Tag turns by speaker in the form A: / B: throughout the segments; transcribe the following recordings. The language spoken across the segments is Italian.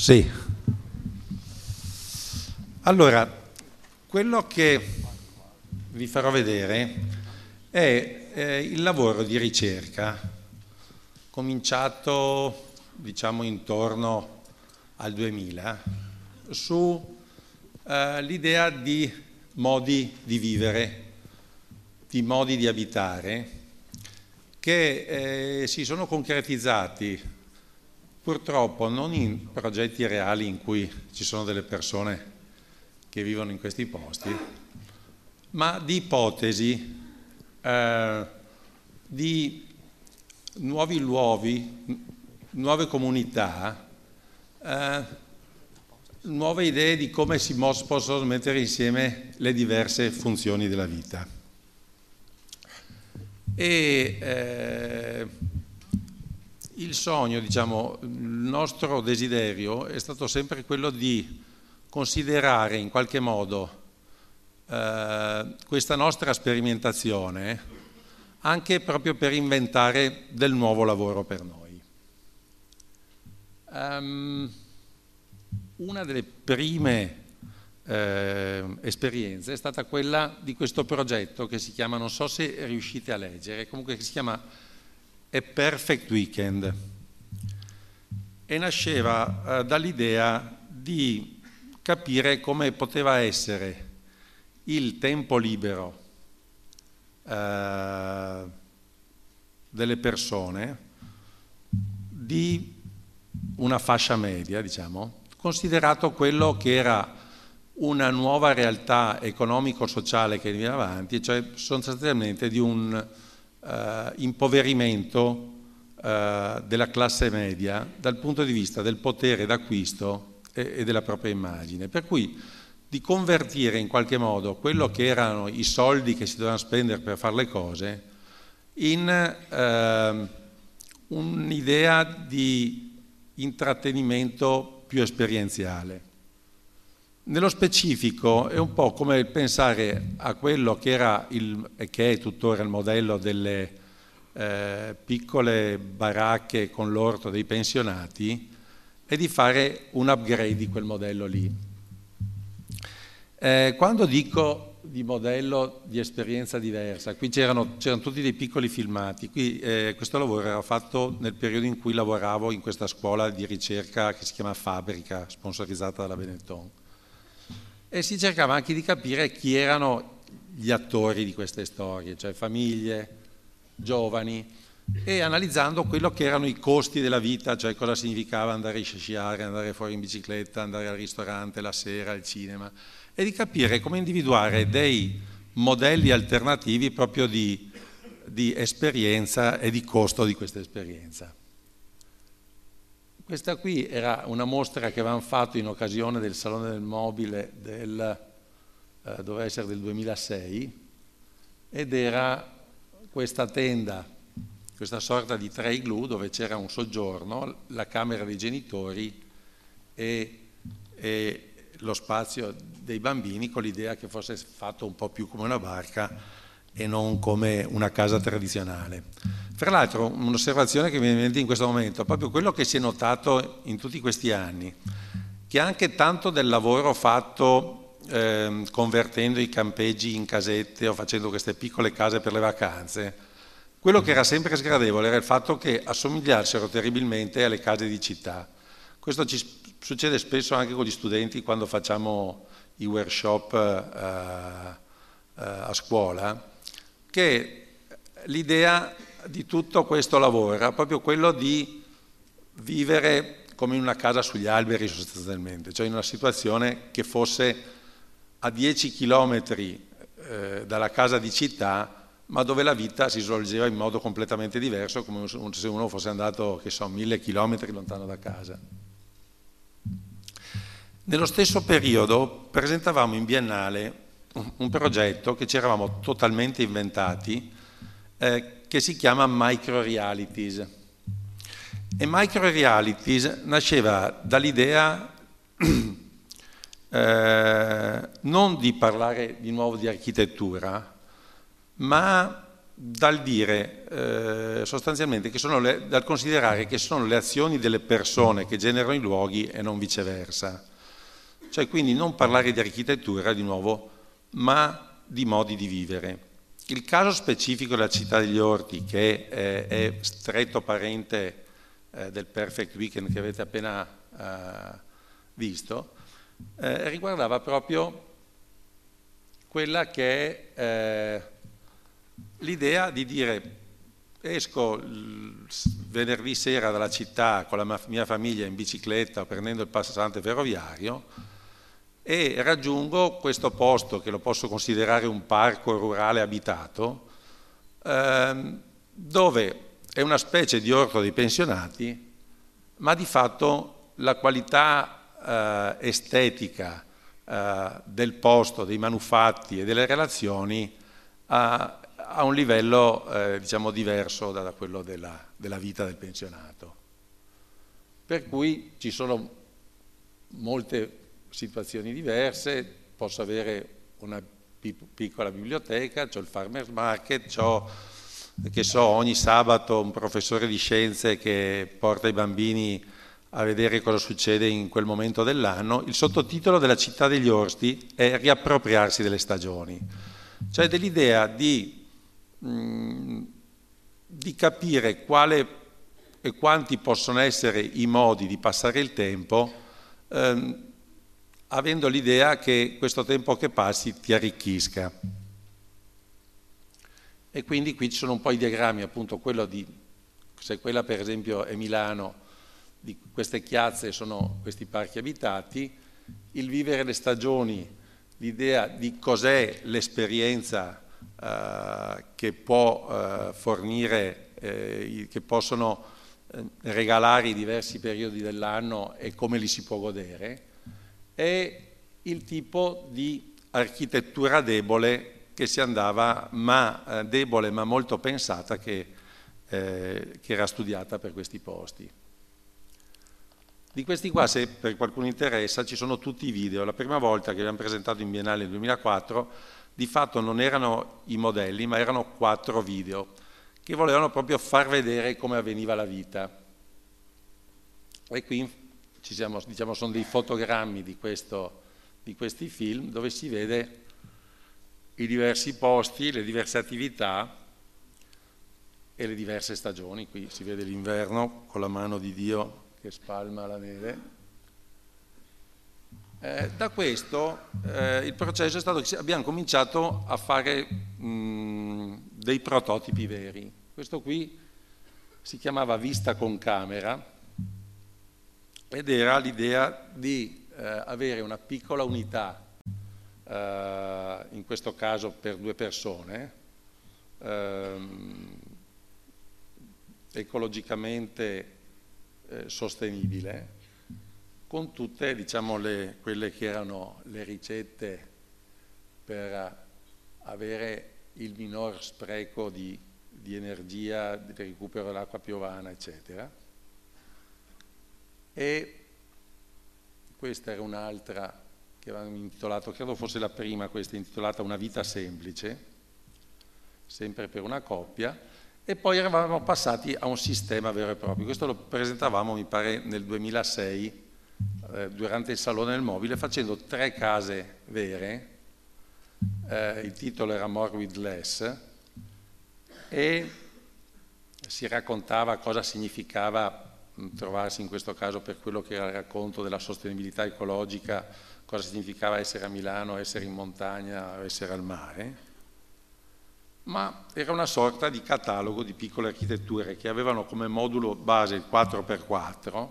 A: Sì. Allora, quello che vi farò vedere è il lavoro di ricerca cominciato, diciamo, intorno al 2000 su l'idea di modi di vivere, di modi di abitare che si sono concretizzati purtroppo non in progetti reali in cui ci sono delle persone che vivono in questi posti, ma di ipotesi, di nuovi luoghi, nuove comunità, nuove idee di come si possono mettere insieme le diverse funzioni della vita. E il sogno, diciamo, il nostro desiderio è stato sempre quello di considerare in qualche modo questa nostra sperimentazione anche proprio per inventare del nuovo lavoro per noi. Una delle prime esperienze è stata quella di questo progetto che si chiama, non so se riuscite a leggere, comunque che si chiama A Perfect Weekend, e nasceva dall'idea di capire come poteva essere il tempo libero delle persone di una fascia media, diciamo, considerato quello che era una nuova realtà economico-sociale che viene avanti, cioè sostanzialmente di un impoverimento della classe media dal punto di vista del potere d'acquisto e della propria immagine. Per cui di convertire in qualche modo quello che erano i soldi che si dovevano spendere per fare le cose in un'idea di intrattenimento più esperienziale. Nello specifico è un po' come pensare a quello che era e che è tuttora il modello delle piccole baracche con l'orto dei pensionati e di fare un upgrade di quel modello lì. Quando dico di modello di esperienza diversa, qui c'erano tutti dei piccoli filmati, qui questo lavoro era fatto nel periodo in cui lavoravo in questa scuola di ricerca che si chiama Fabbrica, sponsorizzata dalla Benetton, e si cercava anche di capire chi erano gli attori di queste storie, cioè famiglie, giovani, e analizzando quello che erano i costi della vita, cioè cosa significava andare a sciare, andare fuori in bicicletta, andare al ristorante la sera, al cinema, e di capire come individuare dei modelli alternativi proprio di esperienza e di costo di questa esperienza. Questa qui era una mostra che avevamo fatto in occasione del Salone del Mobile doveva essere del 2006, ed era questa tenda, questa sorta di tray glue dove c'era un soggiorno, la camera dei genitori e lo spazio dei bambini, con l'idea che fosse fatto un po' più come una barca e non come una casa tradizionale. Tra l'altro, un'osservazione che mi viene in mente in questo momento, proprio quello che si è notato in tutti questi anni, che anche tanto del lavoro fatto convertendo i campeggi in casette o facendo queste piccole case per le vacanze, quello che era sempre sgradevole era il fatto che assomigliassero terribilmente alle case di città. Questo ci succede spesso anche con gli studenti quando facciamo i workshop a scuola, che l'idea di tutto questo lavoro era proprio quello di vivere come in una casa sugli alberi sostanzialmente, cioè in una situazione che fosse a 10 chilometri dalla casa di città, ma dove la vita si svolgeva in modo completamente diverso, come se uno fosse andato, che so, 1000 chilometri lontano da casa. Nello stesso periodo presentavamo in Biennale un progetto che ci eravamo totalmente inventati, che si chiama Micro Realities. E Micro Realities nasceva dall'idea non di parlare di nuovo di architettura, ma dal dire sostanzialmente che sono dal considerare che sono le azioni delle persone che generano i luoghi e non viceversa. Cioè quindi non parlare di architettura di nuovo, ma di modi di vivere. Il caso specifico della città degli Orti, che è stretto parente del Perfect Weekend che avete appena visto, riguardava proprio quella che è l'idea di dire: esco venerdì sera dalla città con la mia famiglia in bicicletta prendendo il passante ferroviario e raggiungo questo posto che lo posso considerare un parco rurale abitato, dove è una specie di orto dei pensionati, ma di fatto la qualità estetica del posto, dei manufatti e delle relazioni a un livello diciamo diverso da quello della vita del pensionato. Per cui ci sono molte situazioni diverse, posso avere una piccola biblioteca, c'ho il farmers market, c'ho, che so, ogni sabato un professore di scienze che porta i bambini a vedere cosa succede in quel momento dell'anno. Il sottotitolo della città degli orti è riappropriarsi delle stagioni, cioè dell'idea di capire quale e quanti possono essere i modi di passare il tempo, avendo l'idea che questo tempo che passi ti arricchisca. E quindi qui ci sono un po' i diagrammi, appunto quello di, se quella per esempio è Milano, di queste chiazze sono questi parchi abitati, il vivere le stagioni, l'idea di cos'è l'esperienza che può fornire, che possono regalare i diversi periodi dell'anno e come li si può godere, è il tipo di architettura debole che si andava, debole ma molto pensata, che era studiata per questi posti. Di questi qua, se per qualcuno interessa, ci sono tutti i video. La prima volta che abbiamo presentato in Biennale nel 2004, di fatto non erano i modelli, ma erano 4 video che volevano proprio far vedere come avveniva la vita. E qui ci siamo, diciamo, sono dei fotogrammi di questi film dove si vede i diversi posti, le diverse attività e le diverse stagioni. Qui si vede l'inverno con la mano di Dio che spalma la neve. Da questo il processo è stato che abbiamo cominciato a fare dei prototipi veri. Questo qui si chiamava vista con camera ed era l'idea di avere una piccola unità, in questo caso per 2 persone, ecologicamente sostenibile, con tutte, diciamo, quelle che erano le ricette per avere il minor spreco di energia, di recupero dell'acqua piovana, eccetera. E questa era un'altra che avevamo intitolato, credo fosse la prima, questa intitolata Una vita semplice, sempre per una coppia. E poi eravamo passati a un sistema vero e proprio. Questo lo presentavamo, mi pare, nel 2006, durante il Salone del Mobile, facendo 3 case vere. Il titolo era More with Less e si raccontava cosa significava trovarsi in questo caso, per quello che era il racconto della sostenibilità ecologica, cosa significava essere a Milano, essere in montagna, essere al mare. Ma era una sorta di catalogo di piccole architetture che avevano come modulo base il 4x4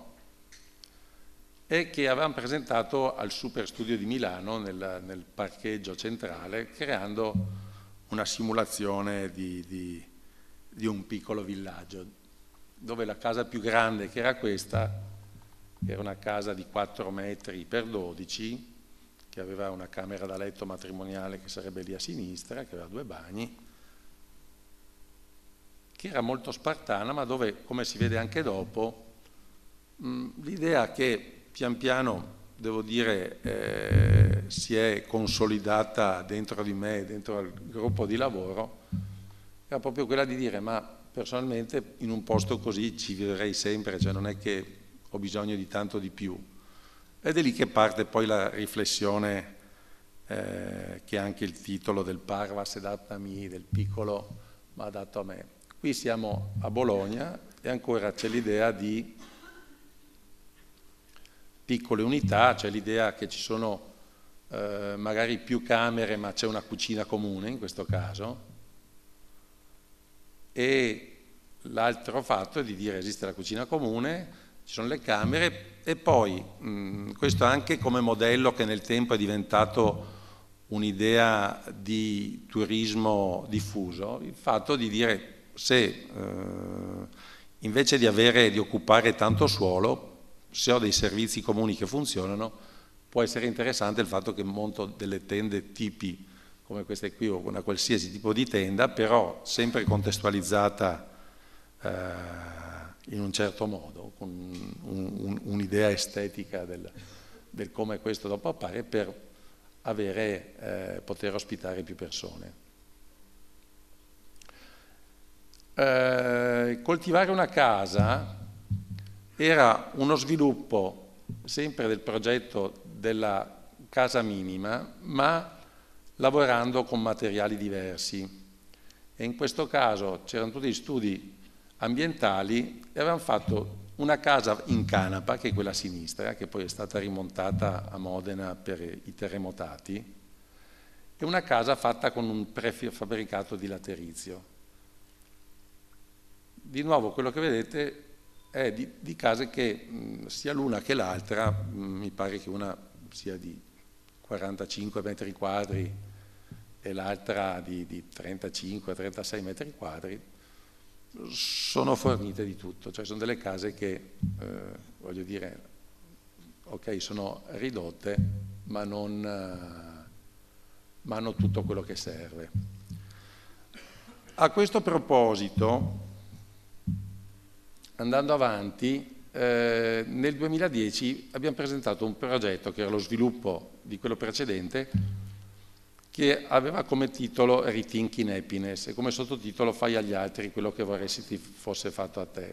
A: e che avevamo presentato al Super Studio di Milano nel parcheggio centrale, creando una simulazione di un piccolo villaggio, dove la casa più grande, che era questa, che era una casa di 4 metri per 12, che aveva una camera da letto matrimoniale che sarebbe lì a sinistra, che aveva 2 bagni, che era molto spartana, ma dove, come si vede anche dopo, l'idea che pian piano, devo dire, si è consolidata dentro di me, dentro al gruppo di lavoro, era proprio quella di dire: ma personalmente in un posto così ci vivrei sempre, cioè non è che ho bisogno di tanto di più. Ed è lì che parte poi la riflessione, che è anche il titolo del Parva Sedat Nami, del piccolo ma adatto a me. Qui siamo a Bologna e ancora c'è l'idea di piccole unità, c'è l'idea che ci sono magari più camere ma c'è una cucina comune in questo caso, e l'altro fatto è di dire esiste la cucina comune, ci sono le camere e poi questo anche come modello che nel tempo è diventato un'idea di turismo diffuso, il fatto di dire se invece di occupare tanto suolo, se ho dei servizi comuni che funzionano, può essere interessante il fatto che monto delle tende tipi come queste qui o una qualsiasi tipo di tenda, però sempre contestualizzata in un certo modo, con un'idea estetica del come questo dopo appare, per poter ospitare più persone. Coltivare una casa era uno sviluppo sempre del progetto della casa minima, ma lavorando con materiali diversi. E in questo caso c'erano tutti gli studi ambientali e avevamo fatto una casa in canapa, che è quella a sinistra, che poi è stata rimontata a Modena per i terremotati, e una casa fatta con un prefabbricato di laterizio. Di nuovo quello che vedete è di case che sia l'una che l'altra, mi pare che una sia di 45 metri quadri e l'altra di 35-36 metri quadri, sono fornite di tutto, cioè sono delle case che, voglio dire, ok, sono ridotte, ma hanno tutto quello che serve. A questo proposito, andando avanti, nel 2010 abbiamo presentato un progetto che era lo sviluppo di quello precedente, che aveva come titolo Rethinking Happiness e come sottotitolo Fai agli altri quello che vorresti ti fosse fatto a te.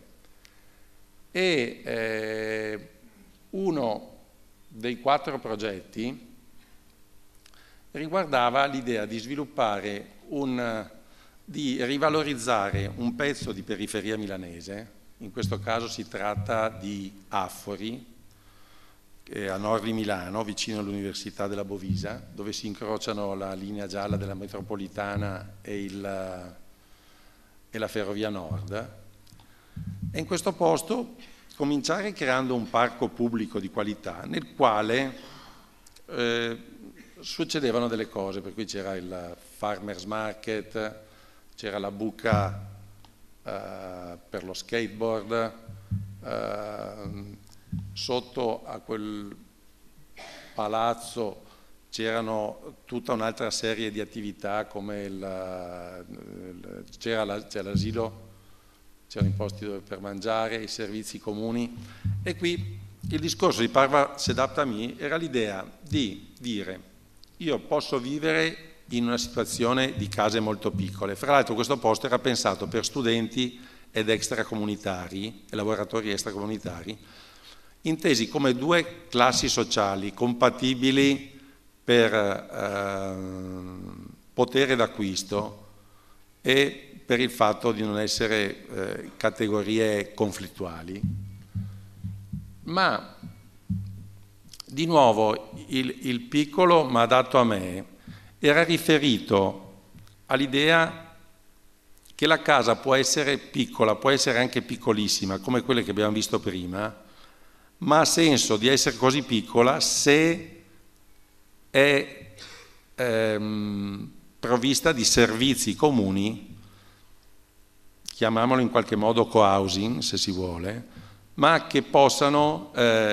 A: E uno dei 4 progetti riguardava l'idea di sviluppare di rivalorizzare un pezzo di periferia milanese. In questo caso si tratta di Affori, a nord di Milano, vicino all'Università della Bovisa, dove si incrociano la linea gialla della metropolitana e la ferrovia nord. E in questo posto cominciare creando un parco pubblico di qualità nel quale succedevano delle cose, per cui c'era il farmers market, c'era la buca per lo skateboard, sotto a quel palazzo c'erano tutta un'altra serie di attività come c'era l'asilo, c'erano i posti per mangiare, i servizi comuni, e qui il discorso di Parva Sedat Nami era l'idea di dire: io posso vivere in una situazione di case molto piccole. Fra l'altro questo posto era pensato per studenti ed extracomunitari e lavoratori extracomunitari, intesi come 2 classi sociali compatibili per potere d'acquisto e per il fatto di non essere categorie conflittuali. Ma di nuovo il piccolo ma adatto a me era riferito all'idea che la casa può essere piccola, può essere anche piccolissima, come quelle che abbiamo visto prima, ma ha senso di essere così piccola se è provvista di servizi comuni, chiamiamolo in qualche modo co-housing se si vuole, ma che possano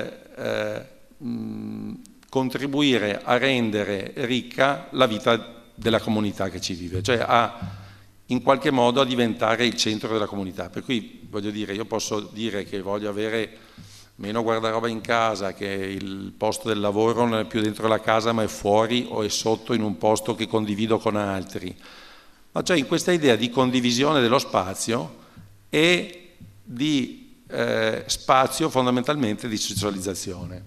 A: contribuire a rendere ricca la vita della comunità che ci vive, cioè in qualche modo a diventare il centro della comunità. Per cui voglio dire, io posso dire che voglio avere meno guardaroba in casa, che il posto del lavoro non è più dentro la casa ma è fuori o è sotto in un posto che condivido con altri, ma cioè in questa idea di condivisione dello spazio e di spazio fondamentalmente di socializzazione,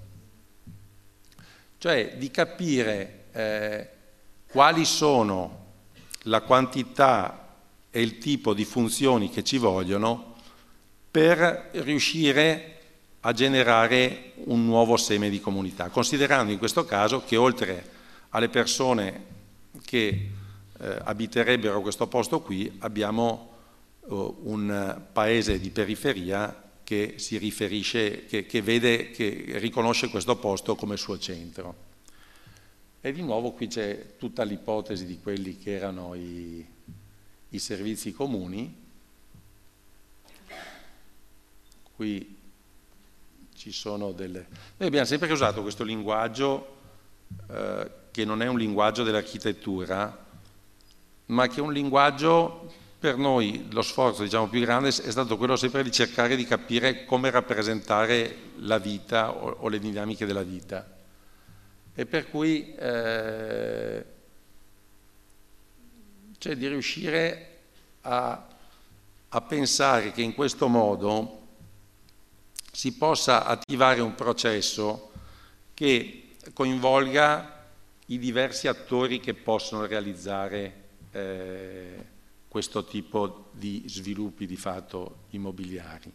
A: cioè di capire quali sono la quantità e il tipo di funzioni che ci vogliono per riuscire a generare un nuovo seme di comunità, considerando in questo caso che oltre alle persone che abiterebbero questo posto qui abbiamo un paese di periferia che si riferisce, che vede, che riconosce questo posto come suo centro. E di nuovo qui c'è tutta l'ipotesi di quelli che erano i servizi comuni. Qui ci sono delle... Noi abbiamo sempre usato questo linguaggio che non è un linguaggio dell'architettura, ma che è un linguaggio, per noi lo sforzo diciamo più grande è stato quello sempre di cercare di capire come rappresentare la vita o le dinamiche della vita. E per cui cioè di riuscire a pensare che in questo modo si possa attivare un processo che coinvolga i diversi attori che possono realizzare questo tipo di sviluppi di fatto immobiliari.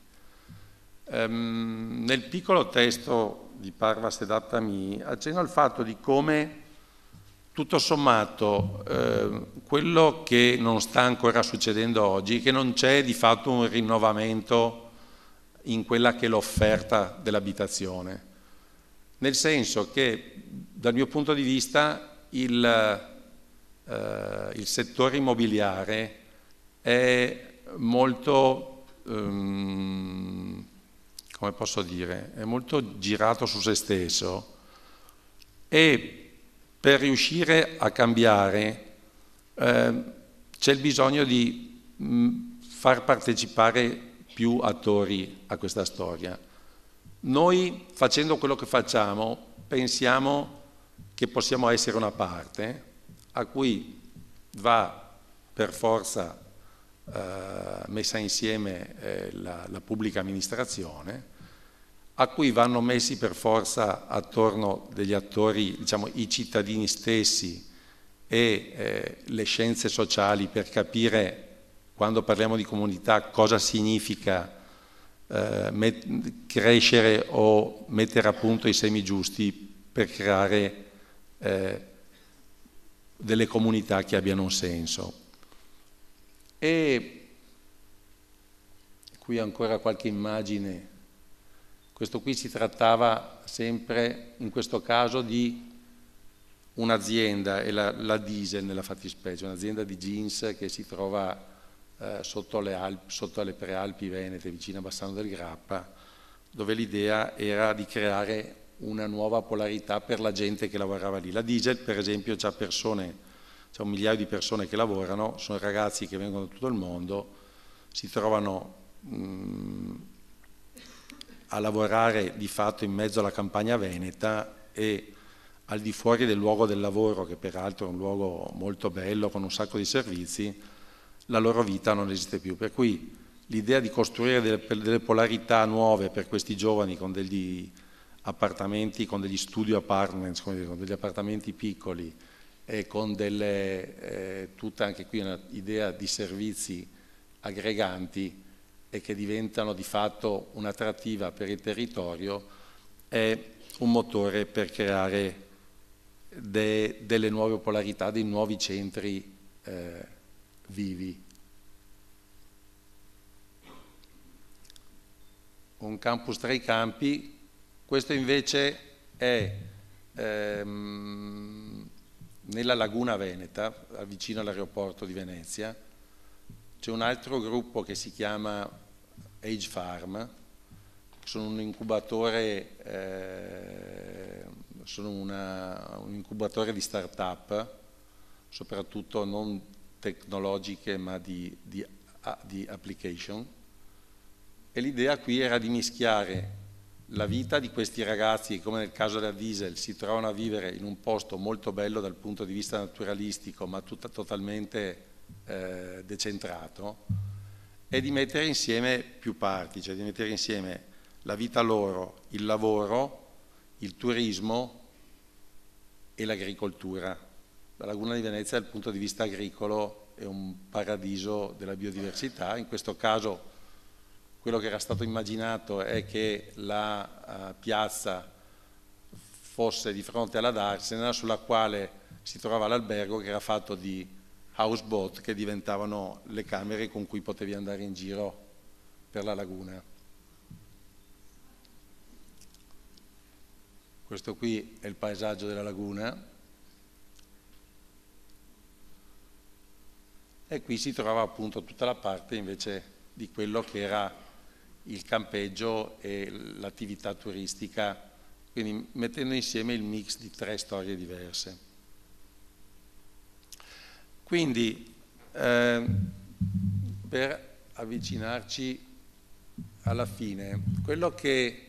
A: Nel piccolo testo di Parvas ed Aptami accenno al fatto di come tutto sommato quello che non sta ancora succedendo oggi, che non c'è di fatto un rinnovamento in quella che è l'offerta dell'abitazione, nel senso che dal mio punto di vista il settore immobiliare è molto, come posso dire, è molto girato su se stesso e per riuscire a cambiare c'è il bisogno di far partecipare più attori a questa storia. Noi, facendo quello che facciamo, pensiamo che possiamo essere una parte a cui va per forza messa insieme la pubblica amministrazione, a cui vanno messi per forza attorno degli attori, diciamo i cittadini stessi e le scienze sociali per capire, quando parliamo di comunità, cosa significa crescere o mettere a punto i semi giusti per creare delle comunità che abbiano un senso. E qui ancora qualche immagine. Questo qui si trattava sempre, in questo caso, di un'azienda, e la Diesel nella fattispecie, un'azienda di jeans che si trova sotto le prealpi venete, vicino a Bassano del Grappa, dove l'idea era di creare una nuova polarità per la gente che lavorava lì. La Diesel, per esempio, c'ha un migliaio di persone che lavorano, sono ragazzi che vengono da tutto il mondo, si trovano a lavorare di fatto in mezzo alla campagna veneta e al di fuori del luogo del lavoro, che peraltro è un luogo molto bello con un sacco di servizi, la loro vita non esiste più. Per cui l'idea di costruire delle polarità nuove per questi giovani con degli appartamenti, con degli studio apartments, con degli appartamenti piccoli e con tutta anche qui un'idea di servizi aggreganti e che diventano di fatto un'attrattiva per il territorio, è un motore per creare delle nuove polarità, dei nuovi centri vivi. Un campus tra i campi, questo invece è nella Laguna Veneta, vicino all'aeroporto di Venezia. C'è un altro gruppo che si chiama Age Farm, sono un incubatore, un incubatore di start-up, soprattutto non tecnologiche ma di application, e l'idea qui era di mischiare la vita di questi ragazzi che, come nel caso della Diesel, si trovano a vivere in un posto molto bello dal punto di vista naturalistico, ma totalmente decentrato, è di mettere insieme più parti, cioè di mettere insieme la vita loro, il lavoro, il turismo e l'agricoltura. La Laguna di Venezia dal punto di vista agricolo è un paradiso della biodiversità. In questo caso quello che era stato immaginato è che la piazza fosse di fronte alla Darsena, sulla quale si trovava l'albergo, che era fatto di houseboat che diventavano le camere con cui potevi andare in giro per la laguna. Questo qui è il paesaggio della laguna e qui si trova appunto tutta la parte invece di quello che era il campeggio e l'attività turistica, quindi mettendo insieme il mix di 3 storie diverse. Quindi per avvicinarci alla fine, quello che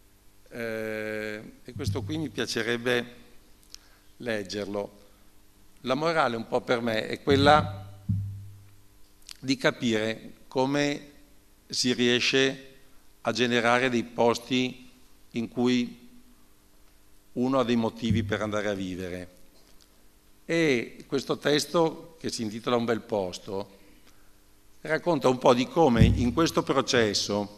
A: e questo qui mi piacerebbe leggerlo, la morale un po' per me è quella di capire come si riesce a generare dei posti in cui uno ha dei motivi per andare a vivere. E questo testo, che si intitola Un bel posto, racconta un po' di come in questo processo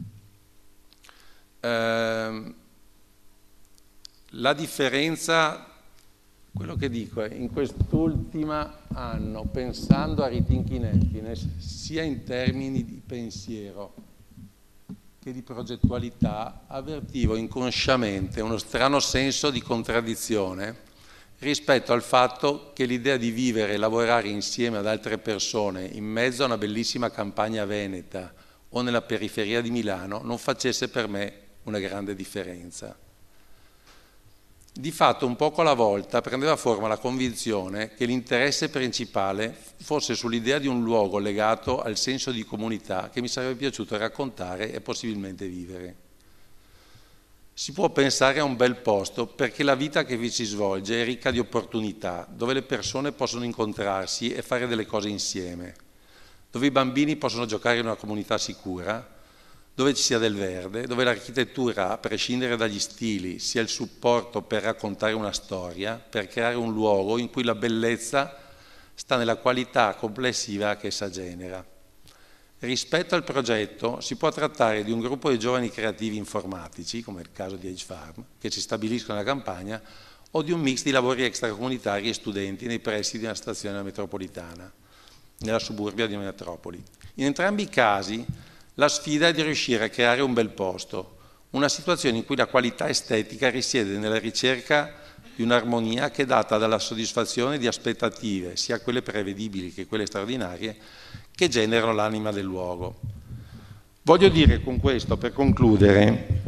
A: la differenza, quello che dico è, in quest'ultimo anno, pensando a Rethinking Happiness, sia in termini di pensiero che di progettualità, avvertivo inconsciamente uno strano senso di contraddizione rispetto al fatto che l'idea di vivere e lavorare insieme ad altre persone in mezzo a una bellissima campagna veneta o nella periferia di Milano non facesse per me una grande differenza. Di fatto, un poco alla volta, prendeva forma la convinzione che l'interesse principale fosse sull'idea di un luogo legato al senso di comunità che mi sarebbe piaciuto raccontare e possibilmente vivere. Si può pensare a un bel posto perché la vita che vi si svolge è ricca di opportunità, dove le persone possono incontrarsi e fare delle cose insieme, dove i bambini possono giocare in una comunità sicura, dove ci sia del verde, dove l'architettura, a prescindere dagli stili, sia il supporto per raccontare una storia, per creare un luogo in cui la bellezza sta nella qualità complessiva che essa genera. Rispetto al progetto si può trattare di un gruppo di giovani creativi informatici, come il caso di Age Farm, che si stabiliscono nella campagna, o di un mix di lavori extracomunitari e studenti nei pressi di una stazione metropolitana, nella suburbia di una metropoli. In entrambi i casi la sfida è di riuscire a creare un bel posto, una situazione in cui la qualità estetica risiede nella ricerca di un'armonia che è data dalla soddisfazione di aspettative, sia quelle prevedibili che quelle straordinarie, che generano l'anima del luogo. Voglio dire con questo, per concludere,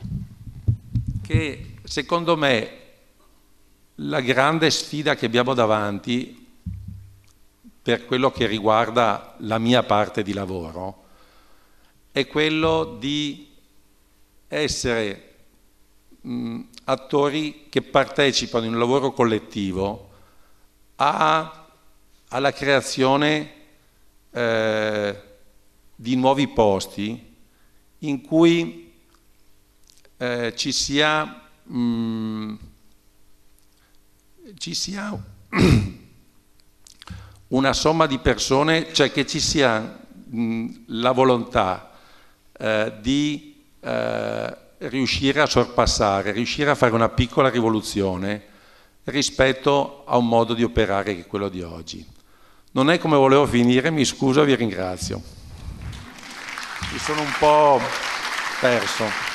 A: che secondo me la grande sfida che abbiamo davanti per quello che riguarda la mia parte di lavoro è quello di essere attori che partecipano in un lavoro collettivo alla creazione di nuovi posti in cui ci sia una somma di persone, cioè che ci sia la volontà di riuscire a sorpassare, riuscire a fare una piccola rivoluzione rispetto a un modo di operare che è quello di oggi. Non è come volevo finire, mi scuso, vi ringrazio. Mi sono un po' perso.